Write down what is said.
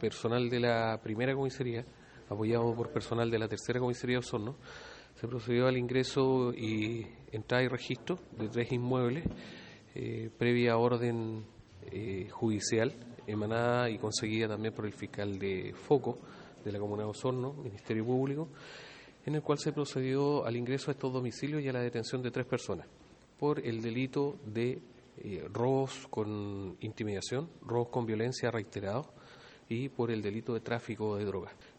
personal de la primera comisaría, apoyado por personal de la tercera comisaría de Osorno, se procedió al ingreso y entrada y registro de 3 inmuebles previa orden judicial emanada y conseguida también por el fiscal de Foco de la Comuna de Osorno, Ministerio Público, en el cual se procedió al ingreso a estos domicilios y a la detención de 3 personas por el delito de robos con intimidación, robos con violencia reiterados y por el delito de tráfico de drogas.